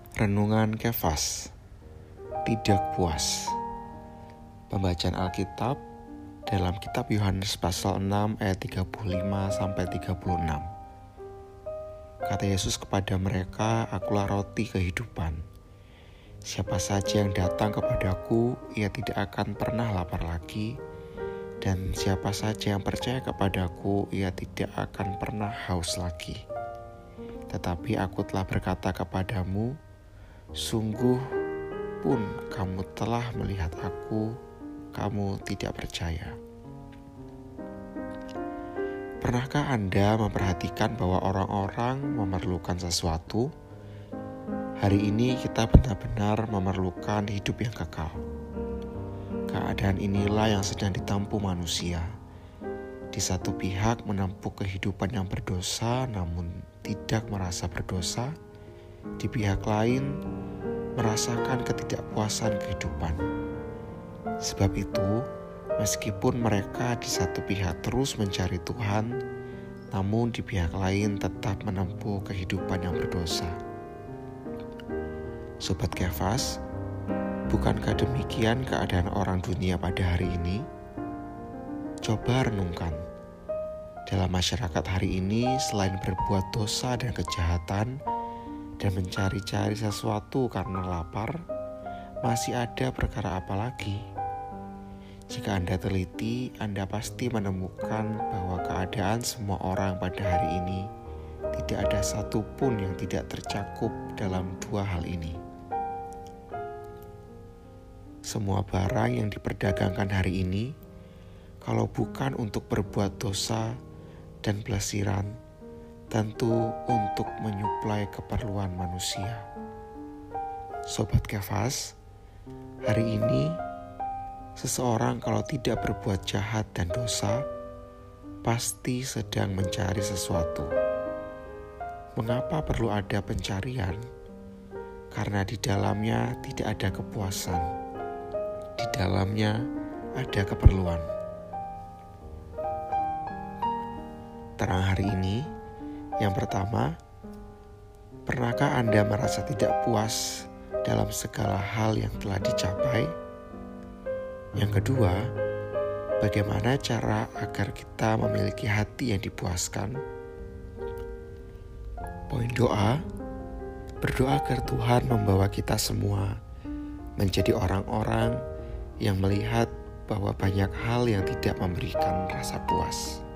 Renungan Kefas, tidak puas. Pembacaan Alkitab dalam kitab Yohanes pasal 6 ayat 35-36. Kata Yesus kepada mereka, "Akulah roti kehidupan. Siapa saja yang datang kepadaku, ia tidak akan pernah lapar lagi. Dan siapa saja yang percaya kepadaku, ia tidak akan pernah haus lagi. Tetapi aku telah berkata kepadamu, sungguh pun kamu telah melihat aku, kamu tidak percaya." Pernahkah Anda memperhatikan bahwa orang-orang memerlukan sesuatu? Hari ini kita benar-benar memerlukan hidup yang kekal. Keadaan inilah yang sedang ditempuh manusia. Di satu pihak menempuh kehidupan yang berdosa namun tidak merasa berdosa. Di pihak lain merasakan ketidakpuasan kehidupan. Sebab itu, meskipun mereka di satu pihak terus mencari Tuhan, namun di pihak lain tetap menempuh kehidupan yang berdosa. Sobat Kefas, bukankah demikian keadaan orang dunia pada hari ini? Coba renungkan. Dalam masyarakat hari ini, selain berbuat dosa dan kejahatan dan mencari-cari sesuatu karena lapar, masih ada perkara apa lagi? Jika Anda teliti, Anda pasti menemukan bahwa keadaan semua orang pada hari ini tidak ada satupun yang tidak tercakup dalam dua hal ini. Semua barang yang diperdagangkan hari ini, kalau bukan untuk berbuat dosa dan pelesiran, tentu untuk menyuplai keperluan manusia. Sobat Kefas, hari ini seseorang kalau tidak berbuat jahat dan dosa, pasti sedang mencari sesuatu. Mengapa perlu ada pencarian? Karena di dalamnya tidak ada kepuasan. Di dalamnya ada keperluan. Terang hari ini, yang pertama, pernahkah Anda merasa tidak puas dalam segala hal yang telah dicapai? Yang kedua, bagaimana cara agar kita memiliki hati yang dipuaskan? Poin doa, berdoa agar Tuhan membawa kita semua menjadi orang-orang yang melihat bahwa banyak hal yang tidak memberikan rasa puas.